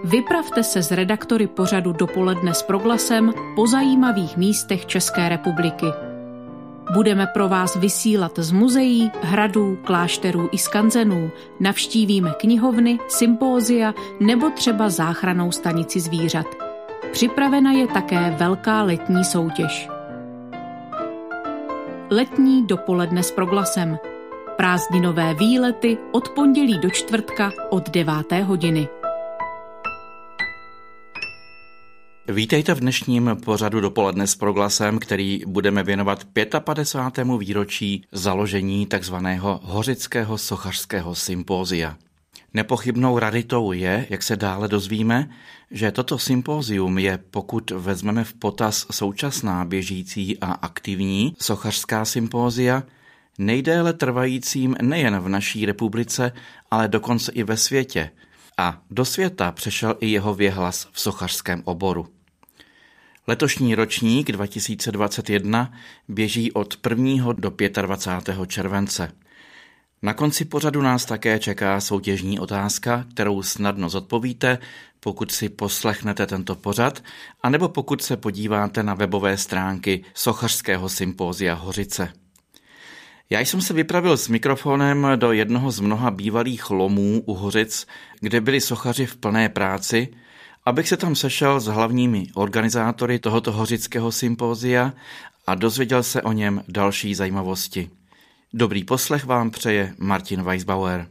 Vypravte se s redaktory pořadu Dopoledne s Proglasem po zajímavých místech České republiky. Budeme pro vás vysílat z muzeí, hradů, klášterů i skanzenů. Navštívíme knihovny, sympózia nebo třeba záchrannou stanici zvířat. Připravena je také velká letní soutěž. Letní Dopoledne s Proglasem. Prázdninové výlety od pondělí do čtvrtka od 9. hodiny. Vítejte v dnešním pořadu Dopoledne s Proglasem, který budeme věnovat 55. výročí založení takzvaného Hořického sochařského sympózia. Nepochybnou raritou je, jak se dále dozvíme, že toto sympózium je, pokud vezmeme v potaz současná běžící a aktivní sochařská sympózia, nejdéle trvajícím nejen v naší republice, ale dokonce i ve světě. A do světa přešel i jeho věhlas v sochařském oboru. Letošní ročník 2021 běží od 1. do 25. července. Na konci pořadu nás také čeká soutěžní otázka, kterou snadno zodpovíte, pokud si poslechnete tento pořad, anebo pokud se podíváte na webové stránky Sochařského sympózia Hořice. Já jsem se vypravil s mikrofonem do jednoho z mnoha bývalých lomů u Hořic, kde byli sochaři v plné práci, abych se tam sešel s hlavními organizátory tohoto hořického sympózia a dozvěděl se o něm další zajímavosti. Dobrý poslech vám přeje Martin Weisbauer.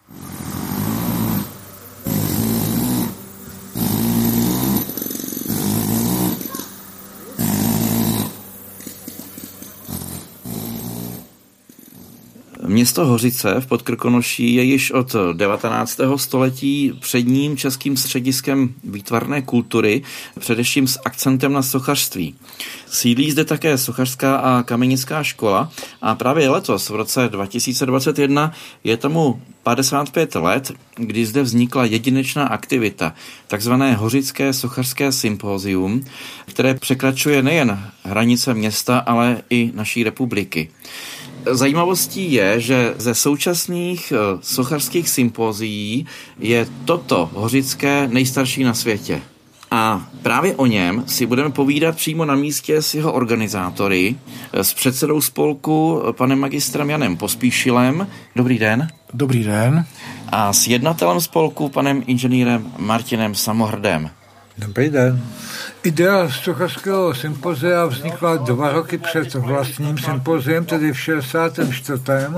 Město Hořice v Podkrkonoší je již od 19. století předním českým střediskem výtvarné kultury, především s akcentem na sochařství. Sídlí zde také sochařská a kamenická škola a právě letos, v roce 2021, je tomu 55 let, kdy zde vznikla jedinečná aktivita, takzvané Hořické sochařské sympózium, které překračuje nejen hranice města, ale i naší republiky. Zajímavostí je, že ze současných sochařských sympózií je toto hořické nejstarší na světě. A právě o něm si budeme povídat přímo na místě s jeho organizátory, s předsedou spolku panem magistrem Janem Pospíšilem. Dobrý den. Dobrý den. A s jednatelem spolku panem inženýrem Martinem Samohrdem. Dobrý den. Idea sochařského sympozia vznikla 2 roky před vlastním sympoziem, tedy v 64.,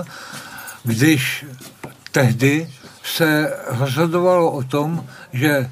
když tehdy se rozhodovalo o tom, že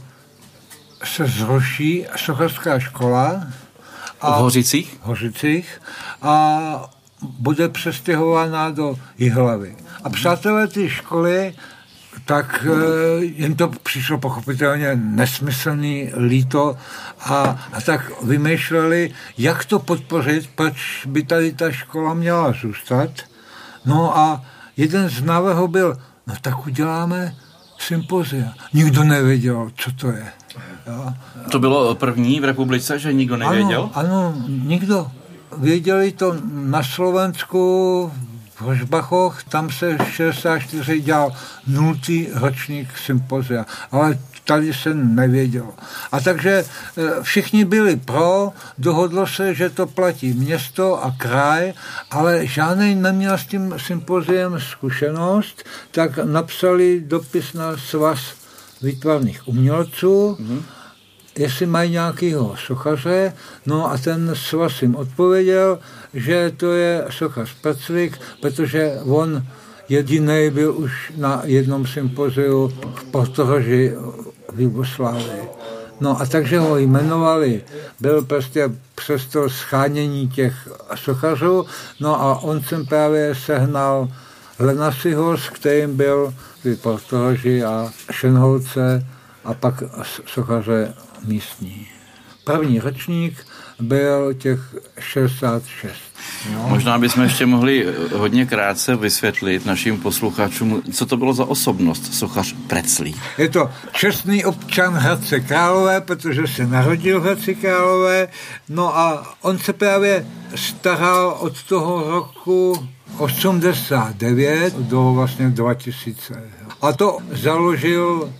se zruší sochařská škola v Hořicích a bude přestěhována do Jihlavy. A přátelé té školy, tak jim to přišlo pochopitelně nesmyslný, líto a tak vymýšleli, jak to podpořit, proč by tady ta škola měla zůstat. No a jeden z návrhů byl, no tak uděláme sympozia. Nikdo nevěděl, co to je. Jo. To bylo první v republice, že nikdo nevěděl? Ano, nikdo. Věděli to na Slovensku, v Hořbachoch, tam se 64 dělal 0. ročník sympozia, ale tady se nevědělo. A takže všichni byli pro, dohodlo se, že to platí město a kraj, ale žádný neměl s tím sympoziem zkušenost, tak napsali dopis na svaz výtvarných umělců, jestli mají nějakého sochaře, no a ten svaz jim odpověděl, že to je sochař Peclik, protože on jediný byl už na jednom sympoziu v Portoroži v Jugoslávii. No a takže ho jmenovali, byl prostě přes to schánění těch sochařů, no a on sem právě sehnal Lenasiho, s kterým byl v Portoroži a Šenholce a pak sochaře místní. První ročník byl těch 66. No. Možná bychom ještě mohli hodně krátce vysvětlit našim posluchačům, co to bylo za osobnost sochař Peclík. Je to čestný občan Hradce Králové, protože se narodil v Hradci Králové, no a on se právě staral od toho roku 89 do vlastně 2000. A to založil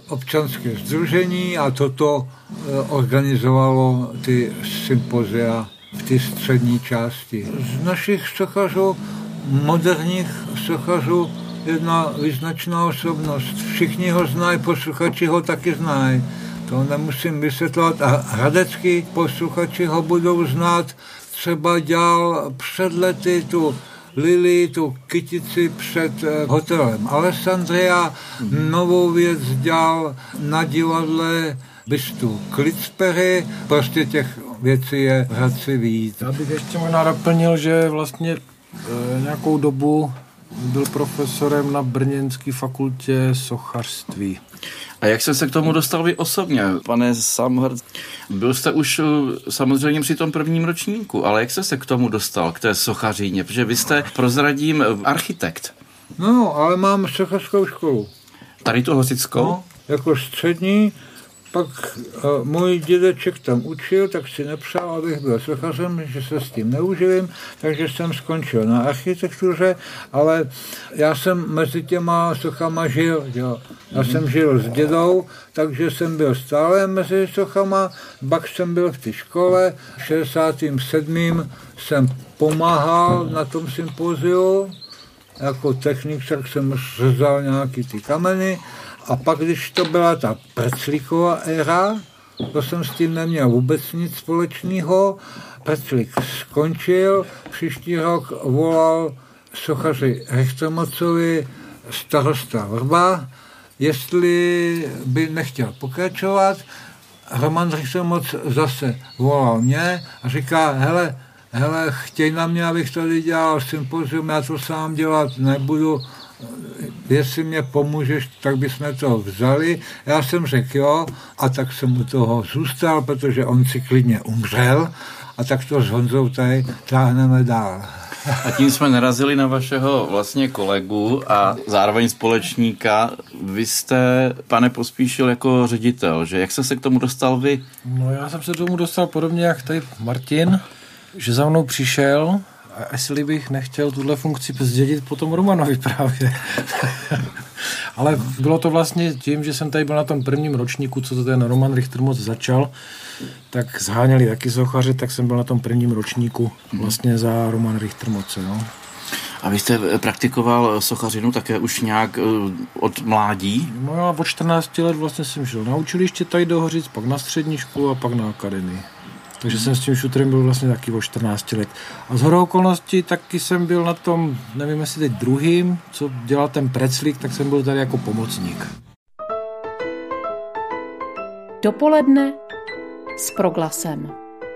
občanské sdružení a toto organizovalo ty sympozia v té střední části. Z našich sochařů, moderních sochařů, jedna význačná osobnost. Všichni ho znají, posluchači ho taky znají. To nemusím vysvětlovat. A hradecký posluchači ho budou znát. Třeba dělal před lety tu Lili, tu kytici před hotelem Alessandria. Novou věc dělal na divadle Bystu Klitspery. Prostě těch věcí je v Hradci víc. Já bych ještě možná doplnil, že vlastně nějakou dobu byl profesorem na Brněnské fakultě sochařství. A jak jste se k tomu dostal vy osobně, pane Samhrt? Byl jste už samozřejmě při tom prvním ročníku, ale jak jste se k tomu dostal, k té sochaříně? Protože vy jste, prozradím, architekt. No, ale mám sochařskou školu. Tady tu hořickou? No, jako střední. Pak můj dědeček tam učil, tak si nepřál, abych byl sochařem, že se s tím neuživím, takže jsem skončil na architektuře, ale já jsem mezi těma sochama žil. Jo. Já jsem žil s dědou, takže jsem byl stále mezi sochama, pak jsem byl v té škole, v 67. jsem pomáhal na tom sympóziu, jako technik, tak jsem řezal nějaký ty kameny. A pak, když to byla ta Preclíková éra, to jsem s tím neměl vůbec nic společného. Preclík skončil, příští rok volal sochaři Richtermocovi starosta Vrba, jestli by nechtěl pokračovat. Roman Richtermoc zase volal mě a říká, hele, chtěj na mě, abych tady dělal sympozium, já to sám dělat nebudu, jestli mě pomůžeš, tak bychom to vzali. Já jsem řekl jo, a tak jsem u toho zůstal, protože on si klidně umřel, a tak to s Honzou tady táhneme dál. A tím jsme narazili na vašeho vlastně kolegu a zároveň společníka. Vy jste, pane Pospíšil, jako ředitel, že jak jste se k tomu dostal vy? No já jsem se k tomu dostal podobně jak tady Martin, že za mnou přišel a jestli bych nechtěl tuhle funkci zdědit potom Romanovi právě. Ale bylo to vlastně tím, že jsem tady byl na tom prvním ročníku, co to ten Roman Richtermoc začal, tak zháněli taky sochaře, tak jsem byl na tom prvním ročníku vlastně za Roman Richtermoce. No. A vy jste praktikoval sochařinu také už nějak od mládí? No já od 14 let vlastně jsem šel na učiliště tady do Hořic, pak na střední školu a pak na akademii. Takže jsem s tím šutrem byl vlastně taky o 14 let. A shodou okolností taky jsem byl na tom, nevím jestli teď druhým, co dělal ten Preclík, tak jsem byl tady jako pomocník. Dopoledne s Proglasem.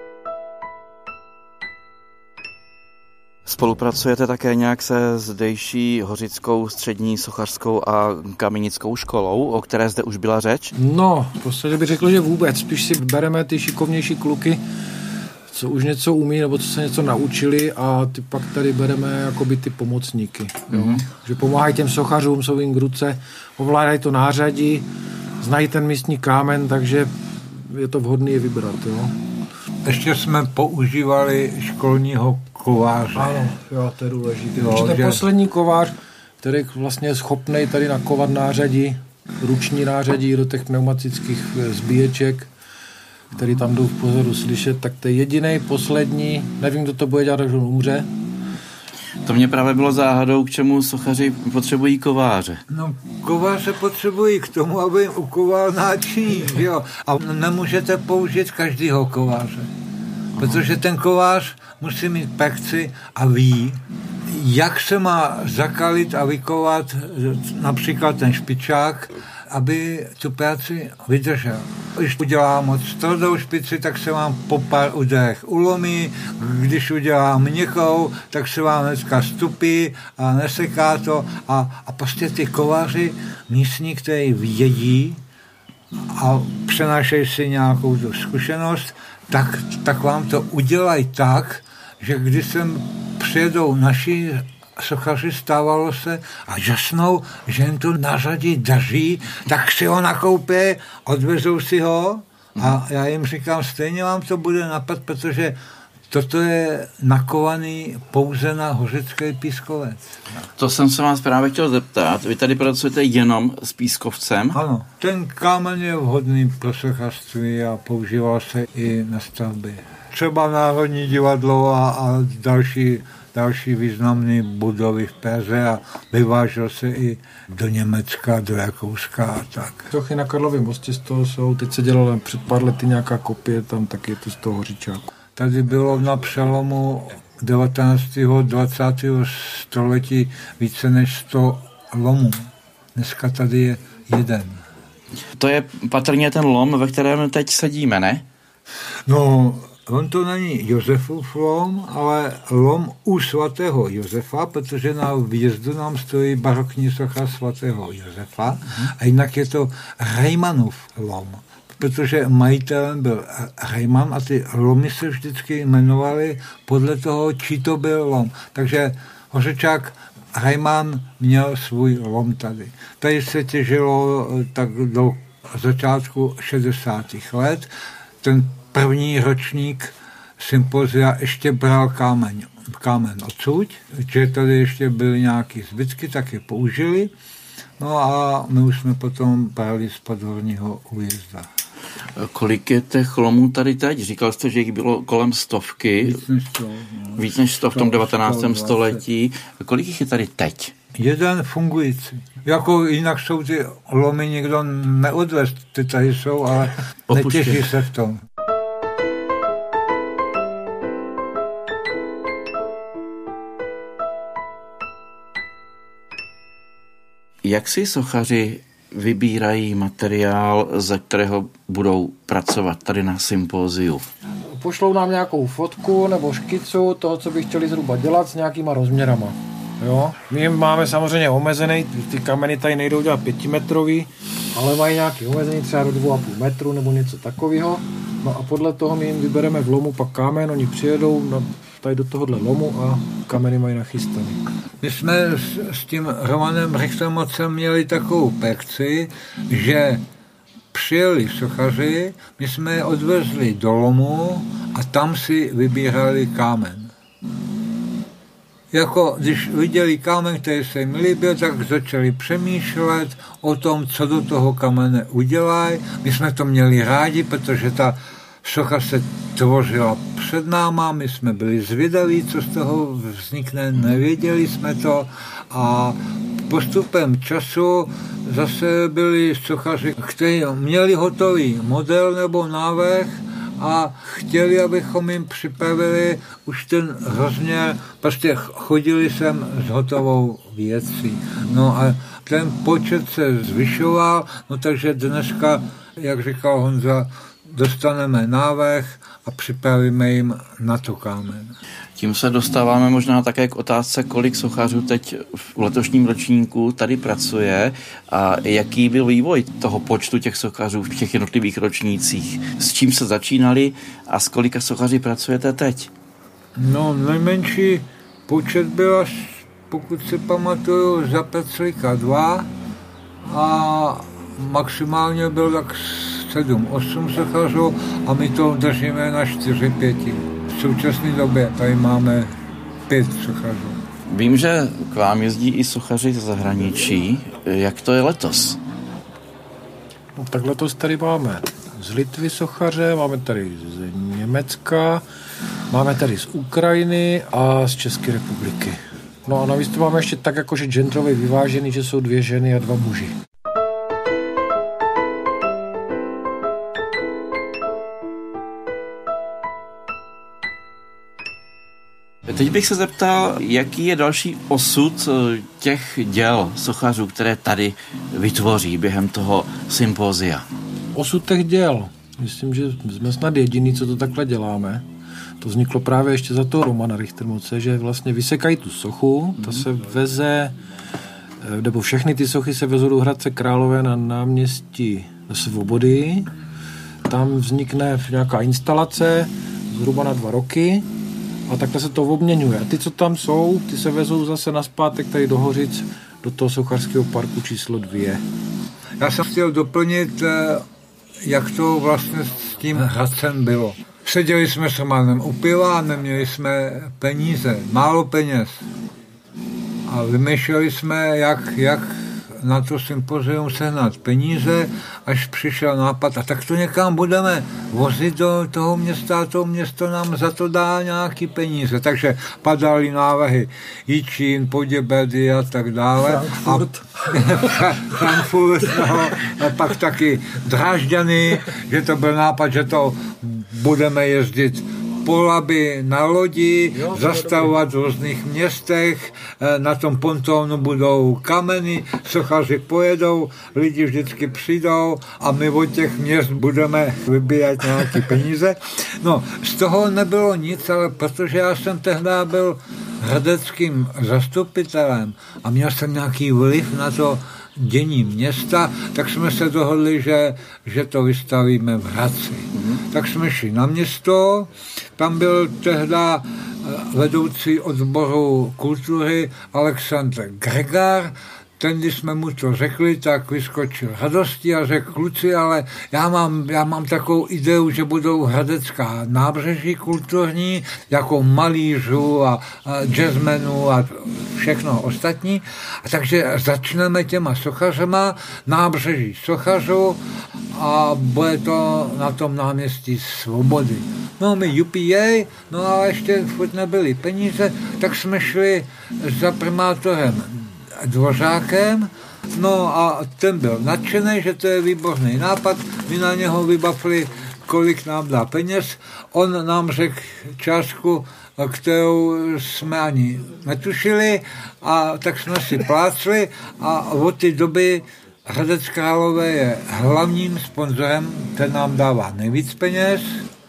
Spolupracujete také nějak se zdejší hořickou střední sochařskou a kamenickou školou, o které zde už byla řeč? No, v podstatě bych řekl, že vůbec. Spíš si bereme ty šikovnější kluky, co už něco umí, nebo co se něco naučili, a ty pak tady bereme jakoby ty pomocníky. Jo? Že pomáhají těm sochařům, jsou jim k ruce, ovládají to nářadí, znají ten místní kámen, takže je to vhodné je vybrat. Jo? Ještě jsme používali školního kováře. Ano, jo, to je důležité. To je poslední kovář, který vlastně je schopný tady nakovat nářadí, ruční nářadí do těch pneumatických zbíječek, který tam jdou v pozoru slyšet, tak to je jediný, poslední, nevím, kdo to bude dělat, takže on umře. To mě právě bylo záhadou, k čemu sochaři potřebují kováře. No, kováře potřebují k tomu, aby jim ukoval náčiní, jo. A nemůžete použít každýho kováře, protože ten kovář musí mít praxi a ví, jak se má zakalit a vykovat například ten špičák, aby tu práci vydržel. Když udělá moc tvrdou špici, tak se vám po pár úderech ulomí, když udělá měkkou, tak se vám dneska stupí a neseká to a prostě ty kováři místní, kteří vědí a přenášejí si nějakou tu zkušenost, tak vám to udělají tak, že když sem přijedou naši sochaři, stávalo se a žasnou, že jim to nářadí daří, tak si ho nakoupí, odvezou si ho a já jim říkám, stejně vám to bude napad, protože Toto je nakovaný pouze na hořický pískovec. To jsem se vás právě chtěl zeptat. Vy tady pracujete jenom s pískovcem? Ano, ten kámen je vhodný pro sochařství a používal se i na stavbě. Třeba Národní divadlo a další významné budovy v Praze a vyvážel se i do Německa, do Rakouska a tak. Sochy na Karlově mostě z toho jsou, teď se dělala před pár lety nějaká kopie, tam taky je to z toho hořičáku. Tady bylo na přelomu 19. 20. století více než 100 lomů. Dneska tady je jeden. To je patrně ten lom, ve kterém teď sedíme, ne? No, on to není Josefův lom, ale lom u svatého Josefa, protože na vjezdu nám stojí barokní socha svatého Josefa a jinak je to Reimanův lom, protože majitelem byl Reimann a ty lomy se vždycky jmenovaly podle toho, čí to byl lom. Takže hořečák Reimann měl svůj lom tady. Tady se těžilo tak do začátku 60. let. Ten první ročník sympozia ještě bral kámen odsud, že tady ještě byly nějaké zbytky, tak je použili. No a my už jsme potom brali z Podhorního újezda. Kolik je těch lomů tady teď? Říkal jste, že jich bylo kolem 100. Víc než 100 v tom 19. století. Kolik jich je tady teď? Jeden fungující. Jako jinak jsou ty lomy nikdo neodvez, ty tady jsou, ale netěží se v tom. Jak si sochaři vybírají materiál, ze kterého budou pracovat tady na sympóziu? Pošlou nám nějakou fotku nebo škicu toho, co by chtěli zhruba dělat s nějakýma rozměrama. Jo? My máme samozřejmě omezený, ty kameny tady nejdou dělat 5 metrový, ale mají nějaký omezený třeba do 2,5 metru nebo něco takového. No a podle toho my jim vybereme v lomu pak kámen, oni přijedou tady do tohohle lomu a kameny mají nachystaný. My jsme s tím Romanem Richtermocem měli takovou perci, že přijeli sochaři, my jsme je odvezli do lomu a tam si vybírali kámen. Jako když viděli kámen, který se jim líbil, tak začali přemýšlet o tom, co do toho kamene udělají. My jsme to měli rádi, protože ta socha se tvořila před náma, my jsme byli zvědaví, co z toho vznikne, nevěděli jsme to a postupem času zase byli sochaři, kteří měli hotový model nebo návrh a chtěli, abychom jim připravili už ten rozměr, prostě chodili sem s hotovou věcí. No a ten počet se zvyšoval, no takže dneska, jak říkal Honza, dostaneme návrh a připravíme jim na to kámen. Tím se dostáváme možná také k otázce, kolik sochařů teď v letošním ročníku tady pracuje a jaký byl vývoj toho počtu těch sochařů v těch jednotlivých ročnících. S čím se začínali a s kolika sochaři pracujete teď? No, nejmenší počet byl až, pokud si pamatuju, za Peclíka 2 a maximálně byl tak 7-8 sochařů a my to držíme na 4-5. V současné době tady máme 5 sochařů. Vím, že k vám jezdí i sochaři ze zahraničí. Jak to je letos? No, tak letos tady máme z Litvy sochaře, máme tady z Německa, máme tady z Ukrajiny a z České republiky. No a navíc to máme ještě tak jakože genderově vyvážený, že jsou 2 ženy a 2 muži. Teď bych se zeptal, jaký je další osud těch děl sochařů, které tady vytvoří během toho sympózia. Osud těch děl. Myslím, že jsme snad jediný, co to takhle děláme. To vzniklo právě ještě za toho Romana Richtermoce, že vlastně vysekají tu sochu, ta se veze, nebo všechny ty sochy se vezou do Hradce Králové na náměstí Svobody. Tam vznikne nějaká instalace zhruba na 2 roky. A takhle se to obměňuje. A ty, co tam jsou, ty se vezou zase nazpátek tady do Hořic, do toho sochařského parku číslo 2. Já jsem chtěl doplnit, jak to vlastně s tím Hradcem bylo. Seděli jsme s Romanem u piva a neměli jsme peníze, málo peněz. A vymýšleli jsme, jak na to sympozium sehnat peníze, až přišel nápad, a tak to někam budeme vozit do toho města a to město nám za to dá nějaký peníze. Takže padaly návrhy Jičín, Poděbrady a tak dále. Frankfurt, no, a pak taky Drážďany, že to byl nápad, že to budeme jezdit po Labi na lodi, zastavovat v různých městech, na tom pontónu budou kameny, sochaři pojedou, lidi vždycky přijdou a my od těch měst budeme vybírat nějaké peníze. No, z toho nebylo nic, ale protože já jsem tehdy byl hradeckým zastupitelem a měl jsem nějaký vliv na to dění města, tak jsme se dohodli, že to vystavíme v Hradci. Tak jsme šli na město, tam byl tehda vedoucí odboru kultury Alexandr Gregar. Ten, když jsme mu to řekli, tak vyskočil radostí a řekl, kluci, ale já mám takovou ideu, že budou hradecká nábřeží kulturní, jako malířů a jazzmenů a všechno ostatní. A takže začneme těma sochařema, nábřeží sochařů a bude to na tom náměstí Svobody. No my UPA, no ale ještě furt nebyly peníze, tak jsme šli za primátorem Dvořákem, no a ten byl nadšený, že to je výborný nápad, my na něho vybavili, kolik nám dá peněz, on nám řekl částku, kterou jsme ani netušili, a tak jsme si plácli a od té doby Hradec Králové je hlavním sponzorem, ten nám dává nejvíc peněz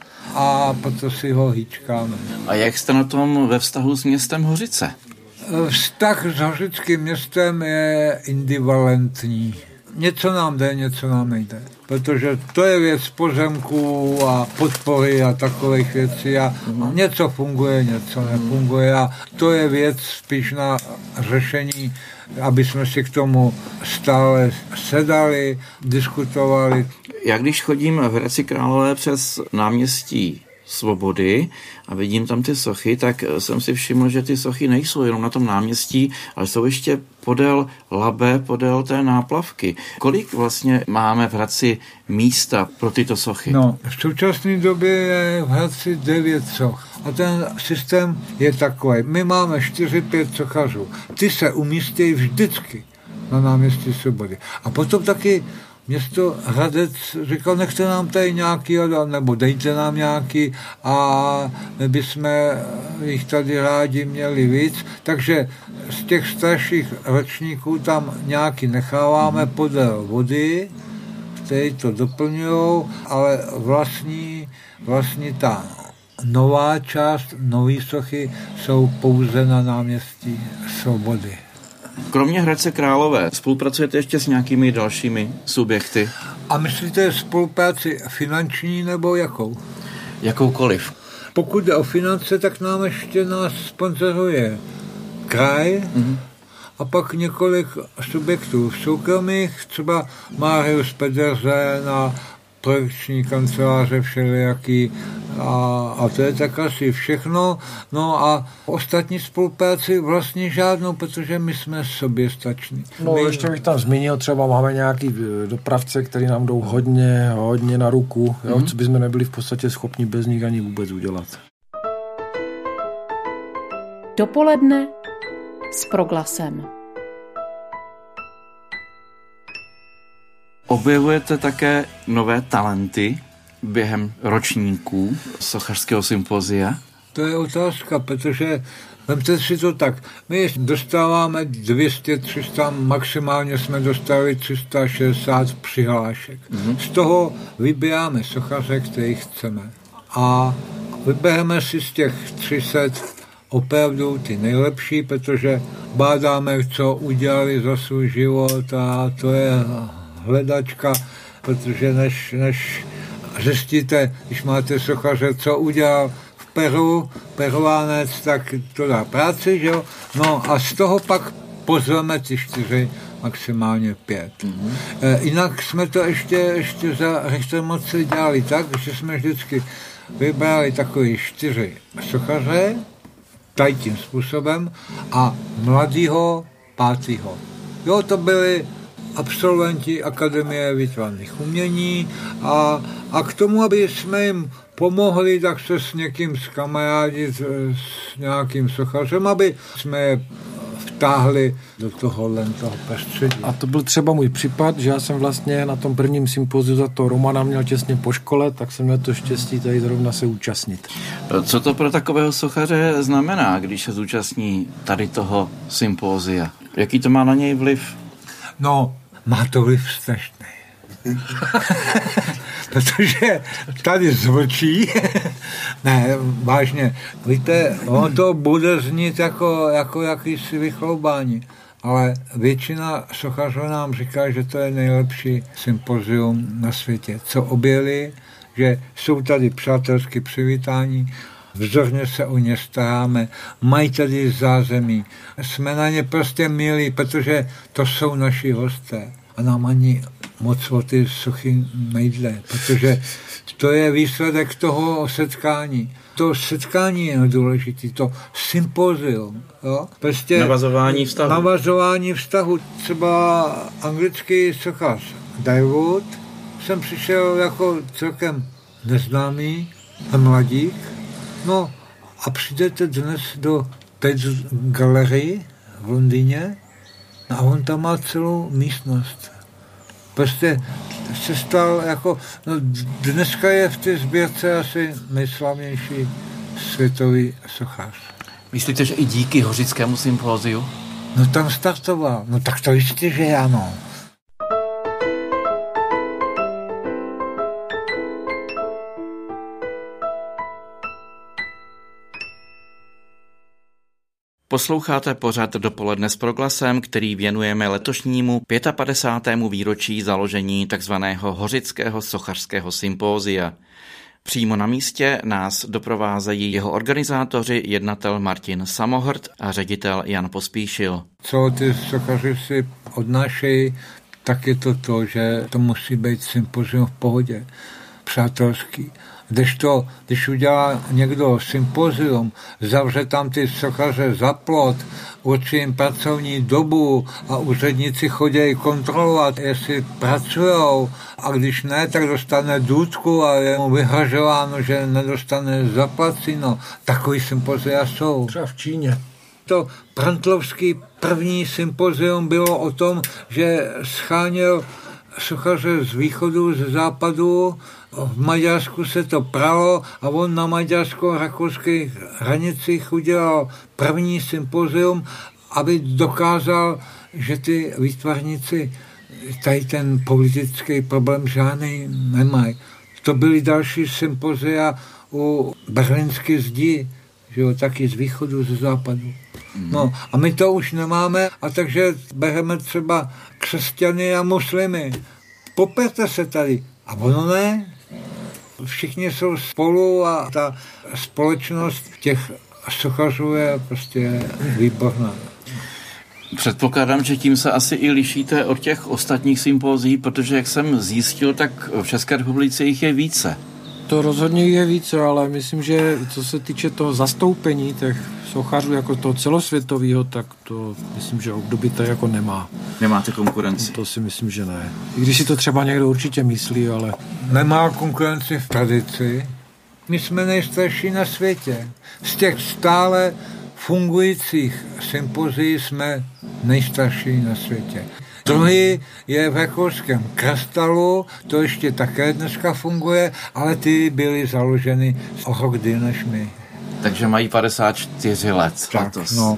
a proto si ho hýčkáme. A jak jste na tom ve vztahu s městem Hořice? Vztah s Hořickým městem je indivalentní. Něco nám jde, něco nám nejde. Protože to je věc pozemků a podpory a takových věcí a něco funguje, něco nefunguje a to je věc spíš na řešení, aby jsme si k tomu stále sedali, diskutovali. Já když chodím v Hradci Králové přes náměstí Svobody a vidím tam ty sochy, tak jsem si všiml, že ty sochy nejsou jenom na tom náměstí, ale jsou ještě podél Labe, podél té náplavky. Kolik vlastně máme v Hradci místa pro tyto sochy? No, v současné době je v Hradci 9 soch. A ten systém je takový. My máme 4-5 sochařů. Ty se umístějí vždycky na náměstí Svobody. A potom taky město Hradec říkal, nechte nám tady nějaký, nebo dejte nám nějaký a my bychom jich tady rádi měli víc. Takže z těch starších ročníků tam nějaký necháváme podél vody, který to doplňují, ale vlastní ta nová část, nový sochy jsou pouze na náměstí Svobody. Kromě Hradce Králové spolupracujete ještě s nějakými dalšími subjekty? A myslíte spolupráci finanční nebo jakou? Jakoukoliv. Pokud jde o finance, tak nám ještě nás sponzoruje kraj a pak několik subjektů soukromých, třeba Marius Pedersen a projekční kanceláře všelijaký a to je tak asi všechno. No a ostatní spolupráci vlastně žádnou, protože my jsme soběstační. No ještě bych tam zmínil, třeba máme nějaký dopravce, který nám jdou hodně na ruku, jo, co bychom nebyli v podstatě schopni bez nich ani vůbec udělat. Dopoledne s Proglasem. Objevujete také nové talenty během ročníků sochařského sympozia? To je otázka, protože vemte si to tak, my dostáváme 200-300, maximálně jsme dostali 360 přihlášek. Z toho vybíráme sochaře, který chceme. A vybereme si z těch 300 opravdu ty nejlepší, protože bádáme, co udělali za svůj život a to je hledačka, protože než zjistíte, když máte sochaře, co udělal v Peru, peruánec, tak to dá práci, že jo? No a z toho pak pozveme ty 4, maximálně 5. Jinak jsme to ještě za Richtermoce dělali tak, že jsme vždycky vybrali takový 4 sochaře, tady tím způsobem, a mladýho 5. Jo, to byli absolventi Akademie výtvarných umění a k tomu, aby jsme jim pomohli, tak se s někým zkamarádit, s nějakým sochařem, aby jsme je vtáhli do toho prostředí. A to byl třeba můj případ, že já jsem vlastně na tom prvním sympoziu za toho Romana měl těsně po škole, tak jsem měl to štěstí tady zrovna se účastnit. Co to pro takového sochaře znamená, když se zúčastní tady toho sympózia? Jaký to má na něj vliv? No, má to vliv strašný. Protože tady zvučí, ne, vážně, víte, ono to bude znít jako jakýsi vychloubání, ale většina sochařů nám říká, že to je nejlepší sympozium na světě. Co objeli, že jsou tady přátelsky přivítání, vzorně se o ně staráme, mají tady zázemí, jsme na ně prostě milí, protože to jsou naši hosté a nám ani moc o ty sochy nejde, protože to je výsledek toho setkání. To setkání je důležité, to sympózium. Jo? Prostě navazování vztahu. Třeba anglický sochař Dyewood jsem přišel jako celkem neznámý mladík. No a přijdete dnes do Tate Gallery v Londýně a on tam má celou místnost. Prostě se stal jako, no dneska je v té sbírce asi nejslavnější světový sochař. Myslíte, že i díky Hořickému sympóziu? No tam startoval, no tak to jistě, že ano. Posloucháte pořad Dopoledne s Proglasem, který věnujeme letošnímu 55. výročí založení tzv. Hořického sochařského sympózia. Přímo na místě nás doprovázejí jeho organizátoři, jednatel Martin Samohrt a ředitel Jan Pospíšil. Co ty sochaři si odnášejí, tak je to, že to musí být sympozium v pohodě, přátelský. Když udělá někdo sympozium, zavře tam ty sochaře za plot, určí jim pracovní dobu a úředníci chodí kontrolovat, jestli pracujou, a když ne, tak dostane důtku a je mu vyhražováno, že nedostane zaplaceno. Takový sympozia jsou. Třeba v Číně. To prantlovský první sympozium bylo o tom, že scháněl sochaře z východu, ze západu. V Maďarsku se to pralo a on na maďarsko-rakouských hranicích udělal první sympozium, aby dokázal, že ty výtvarníci tady ten politický problém žádný nemají. To byly další sympozia u berlínské zdi, že jo, taky z východu, ze západu. No a my to už nemáme, a takže bereme třeba křesťany a muslimy. Poperte se tady. A ono ne. Všichni jsou spolu a ta společnost těch sochařů je prostě výborná. Předpokládám, že tím se asi i lišíte od těch ostatních sympózií, protože, jak jsem zjistil, tak v České republice jich je více. To rozhodně je více, ale myslím, že co se týče toho zastoupení těch sochařů jako toho celosvětového, tak to myslím, že období to jako nemá. Nemáte konkurenci? To si myslím, že ne. I když si to třeba někdo určitě myslí, ale... Nemá konkurenci v tradici. My jsme nejstarší na světě. Z těch stále fungujících sympozí jsme nejstarší na světě. Druhý je v rakouském Krastalu, to ještě také dneska funguje, ale ty byly založeny o rok díl než my. Takže mají 54 let. Tak, letos. no.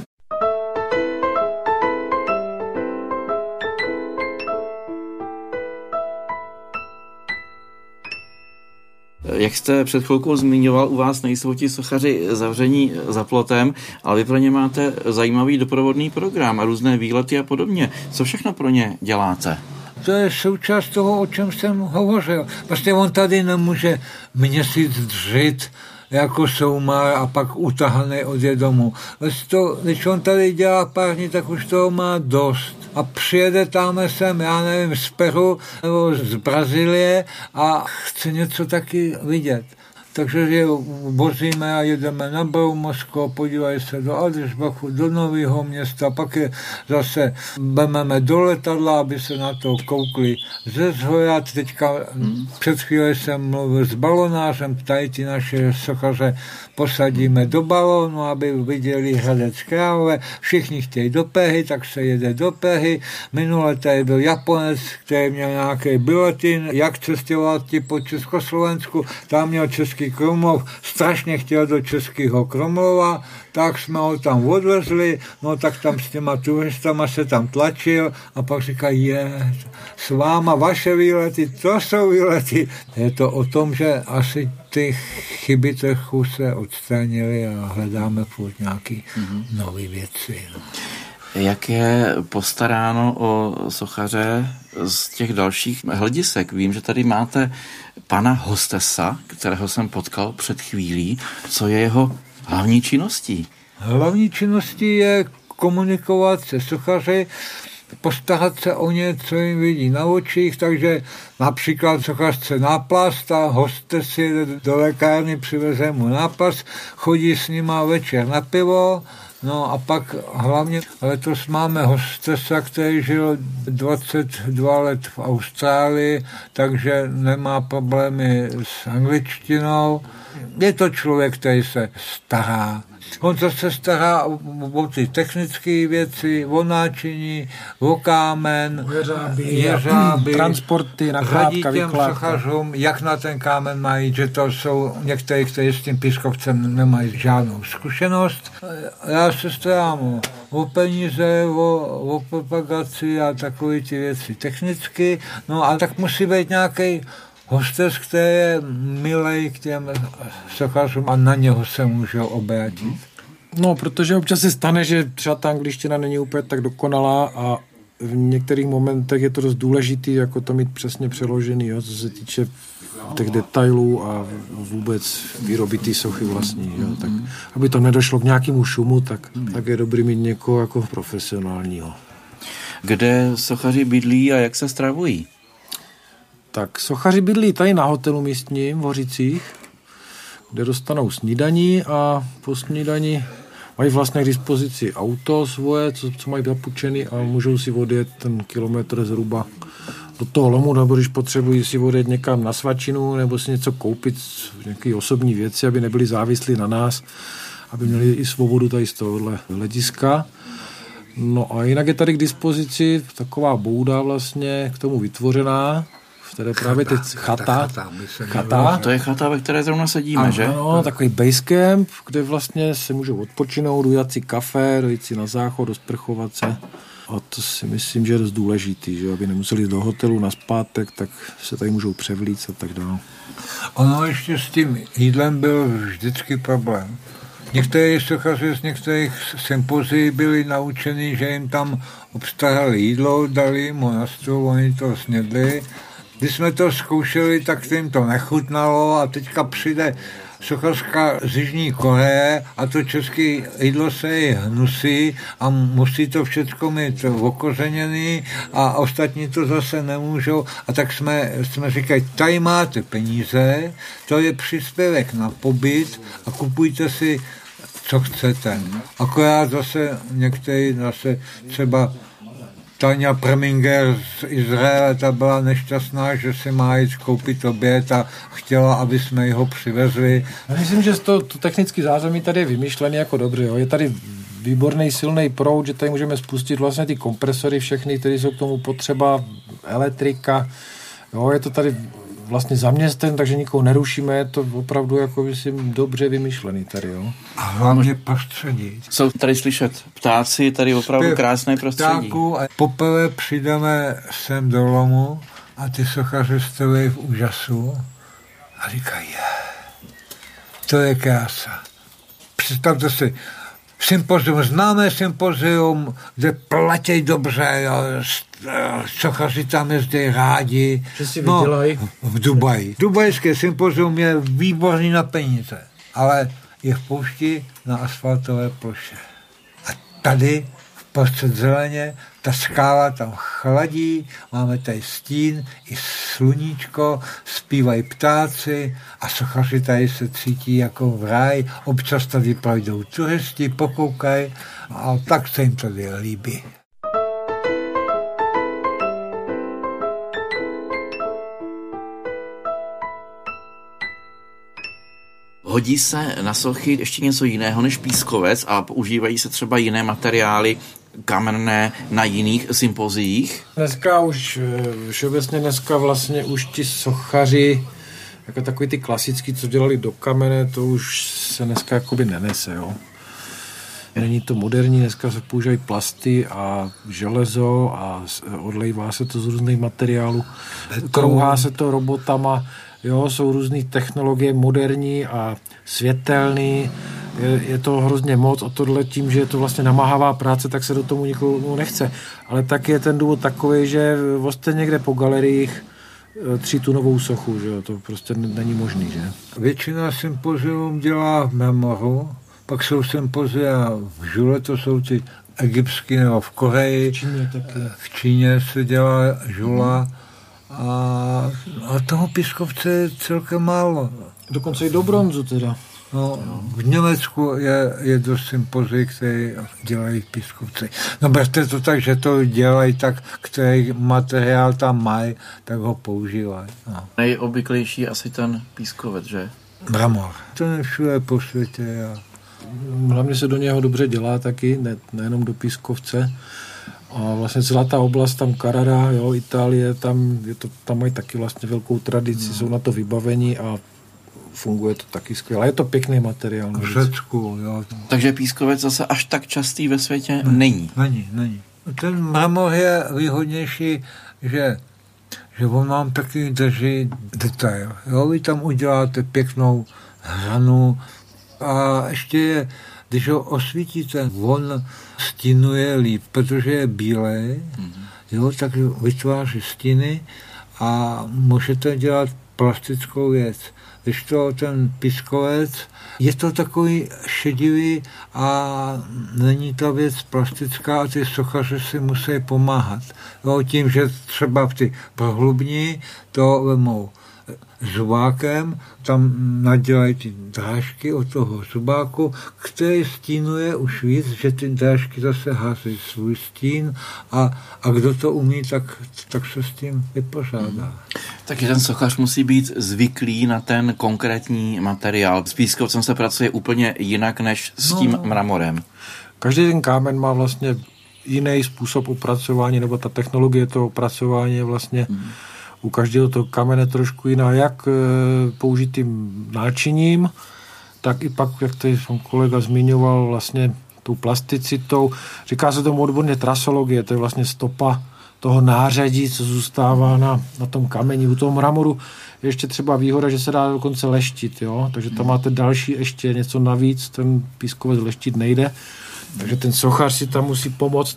Jak jste před chvilkou zmiňoval, u vás nejsou ti sochaři zavření za plotem, ale vy pro ně máte zajímavý doprovodný program a různé výlety a podobně. Co všechno pro ně děláte? To je součást toho, o čem jsem hovořil. Prostě on tady nemůže měsíc dřít jako soumar a pak utahaný odjede domů. Když on tady dělá pár dní, tak už toho má dost. A přijede tam sem, já nevím, z Peru nebo z Brazílie a chce něco taky vidět. takže je vozíme a jedeme na Broumovsko, podívají se do Aldersbachu, do Nového Města, pak je zase vememe do letadla, aby se na to koukli ze zhora. Teďka před chvíli jsem mluvil s balonářem, tady ty naše sochaře posadíme do balónu, aby viděli Hradec Králové. Všichni chtějí do Prahy, tak se jede do Prahy. Minule tady byl Japonec, který měl nějaký biletin, jak cestovat po Československu, tam měl Český Krumlov, strašně chtěl do Českého Krumlova, tak jsme ho tam odvezli, no tak tam s těma turistama se tam tlačil a pak říká, s váma vaše výlety, to jsou výlety. Je to o tom, že asi ty chyby trochu se odstranily a hledáme furt nějaký nové věci. No. Jak je postaráno o sochaře z těch dalších hledisek? Vím, že tady máte pana hostesa, kterého jsem potkal před chvílí. Co je jeho hlavní činností? Hlavní činností je komunikovat se sochaři, postarat se o ně, co jim vidí na očích, takže například sochař chce náplast a hostes jede do lékárny, přiveze mu náplast, chodí s nima večer na pivo. No a pak hlavně letos máme hostesa, který žil 22 let v Austrálii, takže nemá problémy s angličtinou. Je to člověk, který se stará. On se stará o ty technické věci, o náčiní, o kámen, jeřáby, transporty, nakládka, vykládka. Sochařům, jak na ten kámen mají, že to jsou někteří, kteří s tím pískovcem nemají žádnou zkušenost. Já se starám o peníze, o propagaci a takové ty věci technicky. No a tak musí být nějaký hostes, který je milej k těm sochařům a na něho se můžou obrátit. No, protože občas se stane, že třeba ta angličtina není úplně tak dokonalá a v některých momentech je to dost důležitý, jako to mít přesně přeložený, jo, co se týče těch detailů a vůbec výroby té sochy vlastní. Jo, tak, aby to nedošlo k nějakému šumu, tak je dobrý mít někoho jako profesionálního. Kde sochaři bydlí a jak se stravují? Tak sochaři bydlí tady na hotelu místním v Hořicích, kde dostanou snídaní a po snídani mají vlastně k dispozici auto svoje, co mají zapůjčený a můžou si odjet ten kilometr zhruba do toho lomu, nebo když potřebují si odjet někam na svačinu nebo si něco koupit, nějaké osobní věci, aby nebyli závislí na nás, aby měli i svobodu tady z tohohle hlediska. No a jinak je tady k dispozici taková bouda vlastně k tomu vytvořená, které právě teď chata. To je chata, ve které zrovna sedíme, ano, že? Ano, takový basecamp, kde vlastně se můžou odpočinout, udělat si kafe, dojít si na záchod, dosprchovat se. A to si myslím, že je dost důležitý, že aby nemuseli do hotelu na zpátek, tak se tady můžou převlíct a tak dále. Ono ještě s tím jídlem byl vždycky problém. Někteří sochaři z některých sympozí byli naučeni, že jim tam obstarali jídlo, dali jim ho na stůl, oni to snědli. Když jsme to zkoušeli, tak jim to nechutnalo a teďka přijde sochařka z Jižní Koreje a to české jídlo se jí hnusí a musí to všechno mít okořeněný a ostatní to zase nemůžou. A tak jsme říkali, tady máte peníze, to je příspěvek na pobyt a kupujte si, co chcete. Akorát zase některý třeba Tania Preminger z Izraele, ta byla nešťastná, že si má jít koupit oběd a chtěla, aby jsme ho přivezli. Já myslím, že to technický zázemí tady je vymyšlený jako dobře. Jo. Je tady výborný silný proud, že tady můžeme spustit vlastně ty kompresory všechny, které jsou k tomu potřeba, elektrika. Jo, je to tady vlastně za městem, takže nikoho nerušíme, je to opravdu jako myslím dobře vymyšlený tady, jo. A hlavně prostředí. Jsou tady slyšet ptáci, tady opravdu krásné prostředí. Ptáků a poprvé přijdeme sem do lomu a ty sochaři stojí v úžasu a říkají, to je krása. Představte si, sympozium, známé sympozium, kde platí dobře, sochaři tam jezdí rádi. Že si vydělají. V Dubaji. Dubajské sympozium je výborný na peníze, ale je v poušti na asfaltové ploše. A tady v prostřed zeleně ta skála tam chladí, máme tady stín i sluníčko, zpívají ptáci a sochaři tady se cítí jako v ráji. Občas tady projdou turisti, pokoukají a tak se jim tady líbí. Hodí se na sochy ještě něco jiného než pískovec a používají se třeba jiné materiály kamenné na jiných sympoziích? Dneska už všeobecně vlastně už ti sochaři, jako takový ty klasický, co dělali do kamene, to už se dneska jakoby nenese, jo. Není to moderní, dneska se používají plasty a železo a odlejvá se to z různých materiálů, krouhá se to robotama, jo, jsou různé technologie moderní a světelný, je to hrozně moc o tohle tím, že je to vlastně namáhavá práce, tak se do tomu nikomu nechce. Ale tak je ten důvod takový, že jste někde po galeriích 3-tunovou sochu, že jo, to prostě není možný, že? Většina sympozium dělá v memoru, pak jsou sympozia v žule, to jsou ty egyptský nebo v Koreji. V Číně se dělá žula a toho pískovce je celkem málo. Dokonce i do bronzu teda. No, v Německu je dost sympozí, které dělají pískovci. No berte to tak, že to dělají tak, který materiál tam mají, tak ho používají. No. Nejobvyklejší asi ten pískovec, že? Mramor. To je všude po světě. Hlavně se do něho dobře dělá taky, nejenom do pískovce. A vlastně celá ta oblast, tam Carrara, jo, Itálie, tam mají taky vlastně velkou tradici, jsou na to vybavení a funguje to taky skvěle. Je to pěkný materiál. V Řecku, jo. Takže pískovec zase až tak častý ve světě není. Není. Ten mramor je výhodnější, že on vám taky drží detail. Jo, vy tam uděláte pěknou hranu a ještě když ho osvítíte, on stínuje líp, protože je bílej, jo, tak vytváří stíny a můžete dělat plastickou věc. Když to ten pískovec, je to takový šedivý a není ta věc plastická a ty sochaři si musí pomáhat. Jo, tím, že třeba v ty prohlubní to vemou zubákem, tam nadělají ty drážky od toho zubáku, který stínuje už víc, že ty drážky zase házejí svůj stín a kdo to umí, tak se s tím vypořádá. Takže ten sochař musí být zvyklý na ten konkrétní materiál. S pískovcem se pracuje úplně jinak než s tím mramorem. Každý ten kámen má vlastně jiný způsob opracování, nebo ta technologie toho opracování je vlastně u každého toho kamene trošku jiná, jak použitým náčiním, tak i pak, jak tady pan kolega zmiňoval, vlastně tou plasticitou. Říká se tomu odborně trasologie, to je vlastně stopa toho nářadí, co zůstává na tom kameni. U toho mramoru je ještě třeba výhoda, že se dá dokonce leštit, jo? Takže tam máte další ještě něco navíc, ten pískovec leštit nejde, takže ten sochař si tam musí pomoct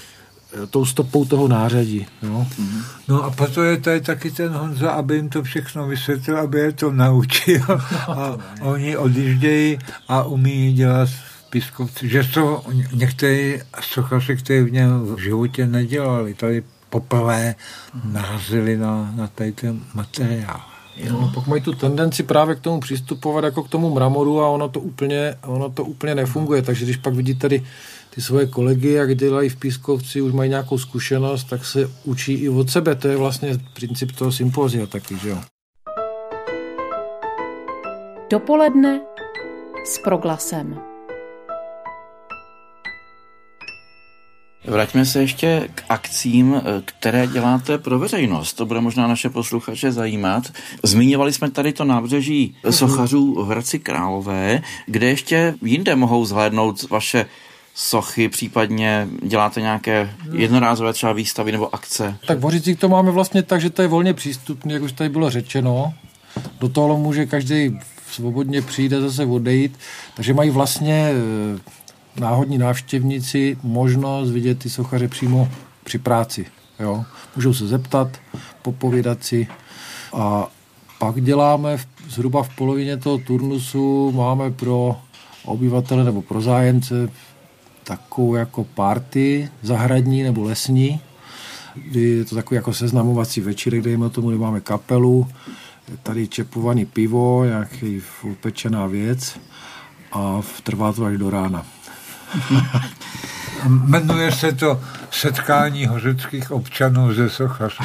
tou stopou toho nářadí. Jo? No a proto je tady taky ten Honza, aby jim to všechno vysvětlil, aby je to naučil a oni odjíždějí a umí dělat pískovci. Že jsou někteří sochaři, kteří v něm v životě nedělali, tady poprvé narazili na tady ten materiál. No, pak mají tu tendenci právě k tomu přistupovat jako k tomu mramoru a ono to úplně nefunguje, takže když pak vidí tady ty svoje kolegy, jak dělají v pískovci, už mají nějakou zkušenost, tak se učí i od sebe. To je vlastně princip toho sympózia taky, že jo. Dopoledne s Proglasem. Vraťme se ještě k akcím, které děláte pro veřejnost. To bude možná naše posluchače zajímat. Zmiňovali jsme tady to nábřeží sochařů v Hradci Králové, kde ještě jinde mohou zhlédnout vaše sochy, případně děláte nějaké jednorázové třeba výstavy nebo akce? Tak v Hořicích to máme vlastně tak, že to je volně přístupné, jak už tady bylo řečeno. Do toho může každý svobodně přijít a zase odejít. Takže mají vlastně náhodní návštěvníci možnost vidět ty sochaře přímo při práci. Jo? Můžou se zeptat, popovídat si a pak děláme zhruba v polovině toho turnusu, máme pro obyvatele nebo pro zájemce takovou jako party zahradní nebo lesní. Je to takový jako seznamovací večírek, kde máme kapelu, tady čepovaný pivo, nějaký upečená věc a trvá to až do rána. Jmenuje se to Setkání hořických občanů ze Sochař.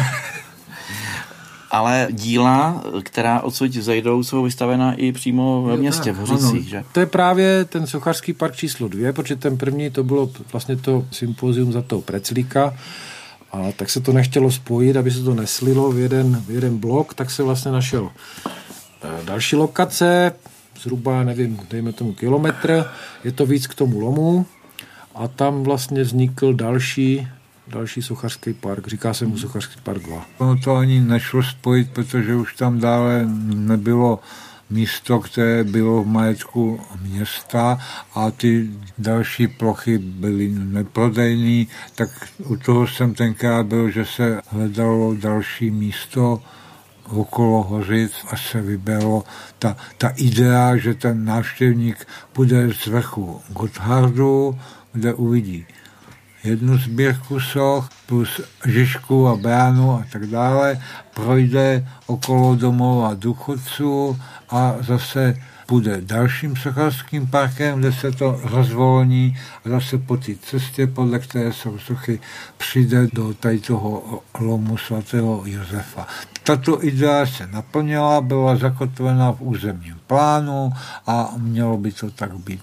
Ale díla, která odsud zajdou, jsou vystavená i přímo ve městě, v Hořicích, že? To je právě ten Sochařský park číslo 2, protože ten první to bylo vlastně to sympozium za toho Preclíka, a tak se to nechtělo spojit, aby se to neslilo v jeden blok, tak se vlastně našel další lokace, zhruba, nevím, dejme tomu kilometr, je to víc k tomu lomu a tam vlastně vznikl další Sochařský park, říká se mu Sochařský park 2. Ono to ani nešlo spojit, protože už tam dále nebylo místo, které bylo v majetku města a ty další plochy byly neprodejné, tak u toho jsem tenkrát byl, že se hledalo další místo okolo Hořic a se vybralo ta idea, že ten návštěvník půjde z vrchu Gothardu, kde uvidí jednu sbírku soch plus Žižku a bránu a tak dále, projde okolo domova důchodců a zase půjde dalším sochařským parkem, kde se to rozvolní a zase po té cestě, podle které jsou sochy, přijde do tady toho lomu svatého Josefa. Tato idea se naplnila, byla zakotvena v územním plánu a mělo by to tak být.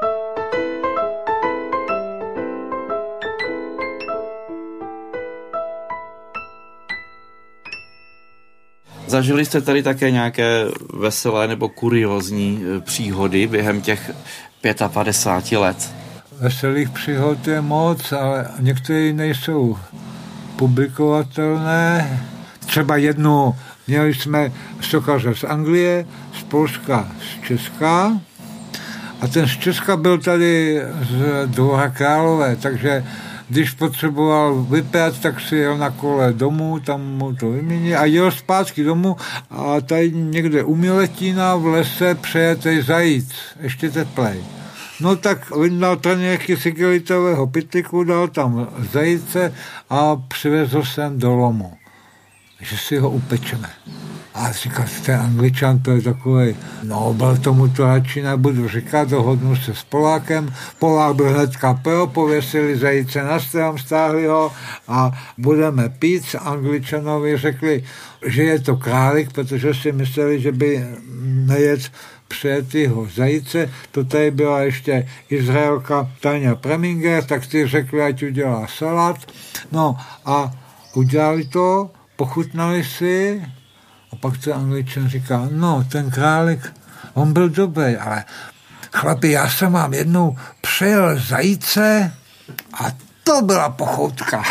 Zažili jste tady také nějaké veselé nebo kuriózní příhody během těch 55 let? Veselých příhod je moc, ale některé nejsou publikovatelné. Třeba jednu, měli jsme sochaře z Anglie, z Polska, z Česka a ten z Česka byl tady z Dvora Králové, takže když potřeboval vyprat, tak si jel na kole domů, tam mu to vyměnil a jel zpátky domů a tady někde u Miletína v lese přejetej zajíc, ještě teplej. No tak vyndal treněrky z igelitového pytliku, dal tam zajíce a přivezl jsem do lomu, že si ho upečeme. A říkal, ten Angličan, to je takový, no, byl tomu to radši nebudu říkat, dohodnu se s Polákem, Polák byl hnedka pro, pověsili zajíce na strom, stáhli ho a budeme pít. Angličanovi řekli, že je to králík, protože si mysleli, že by nejedl přijetýho zajíce. To tady byla ještě Izraelka Tania Preminger, tak ty řekli, ať udělá salát. No a udělali to, pochutnali si. A pak ten Angličan říká, no, ten králík, on byl dobrý, ale chlapi, já jsem vám jednou přejel zajíce a to byla pochoutka.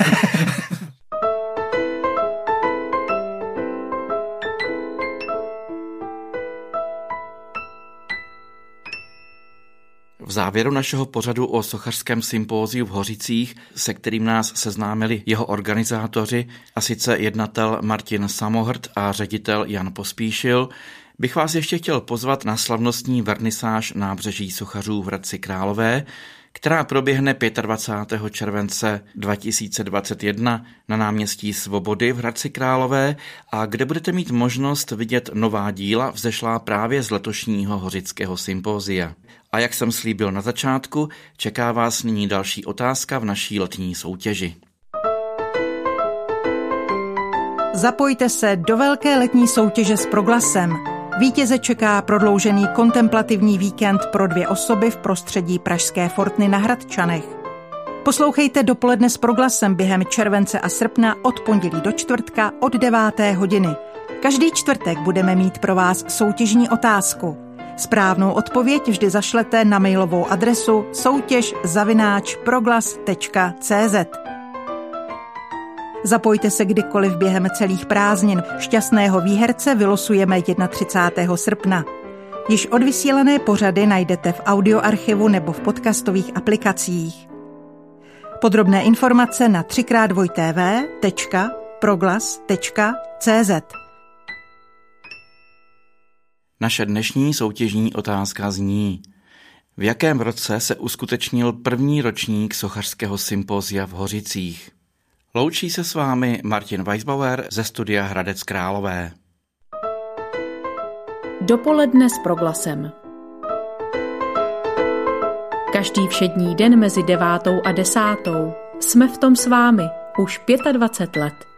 V závěru našeho pořadu o sochařském sympóziu v Hořicích, se kterým nás seznámili jeho organizátoři, a sice jednatel Martin Samohrt a ředitel Jan Pospíšil, bych vás ještě chtěl pozvat na slavnostní vernisáž nábřeží sochařů v Hradci Králové, která proběhne 25. července 2021 na náměstí Svobody v Hradci Králové a kde budete mít možnost vidět nová díla vzešlá právě z letošního hořického sympózia. A jak jsem slíbil na začátku, čeká vás nyní další otázka v naší letní soutěži. Zapojte se do velké letní soutěže s Proglasem. Vítěze čeká prodloužený kontemplativní víkend pro 2 osoby v prostředí pražské Fortny na Hradčanech. Poslouchejte Dopoledne s Proglasem během července a srpna od pondělí do čtvrtka od 9. hodiny. Každý čtvrtek budeme mít pro vás soutěžní otázku. Správnou odpověď vždy zašlete na mailovou adresu soutěž@proglas.cz. Zapojte se kdykoliv během celých prázdnin. Šťastného výherce vylosujeme 31. srpna. Již odvysílané pořady najdete v audioarchivu nebo v podcastových aplikacích. Podrobné informace na 3x2tv.proglas.cz. Naše dnešní soutěžní otázka zní: v jakém roce se uskutečnil první ročník sochařského sympózia v Hořicích? Loučí se s vámi Martin Weisbauer ze studia Hradec Králové. Dopoledne s Proglasem. Každý všední den mezi 9. a 10. jsme v tom s vámi už 25 let.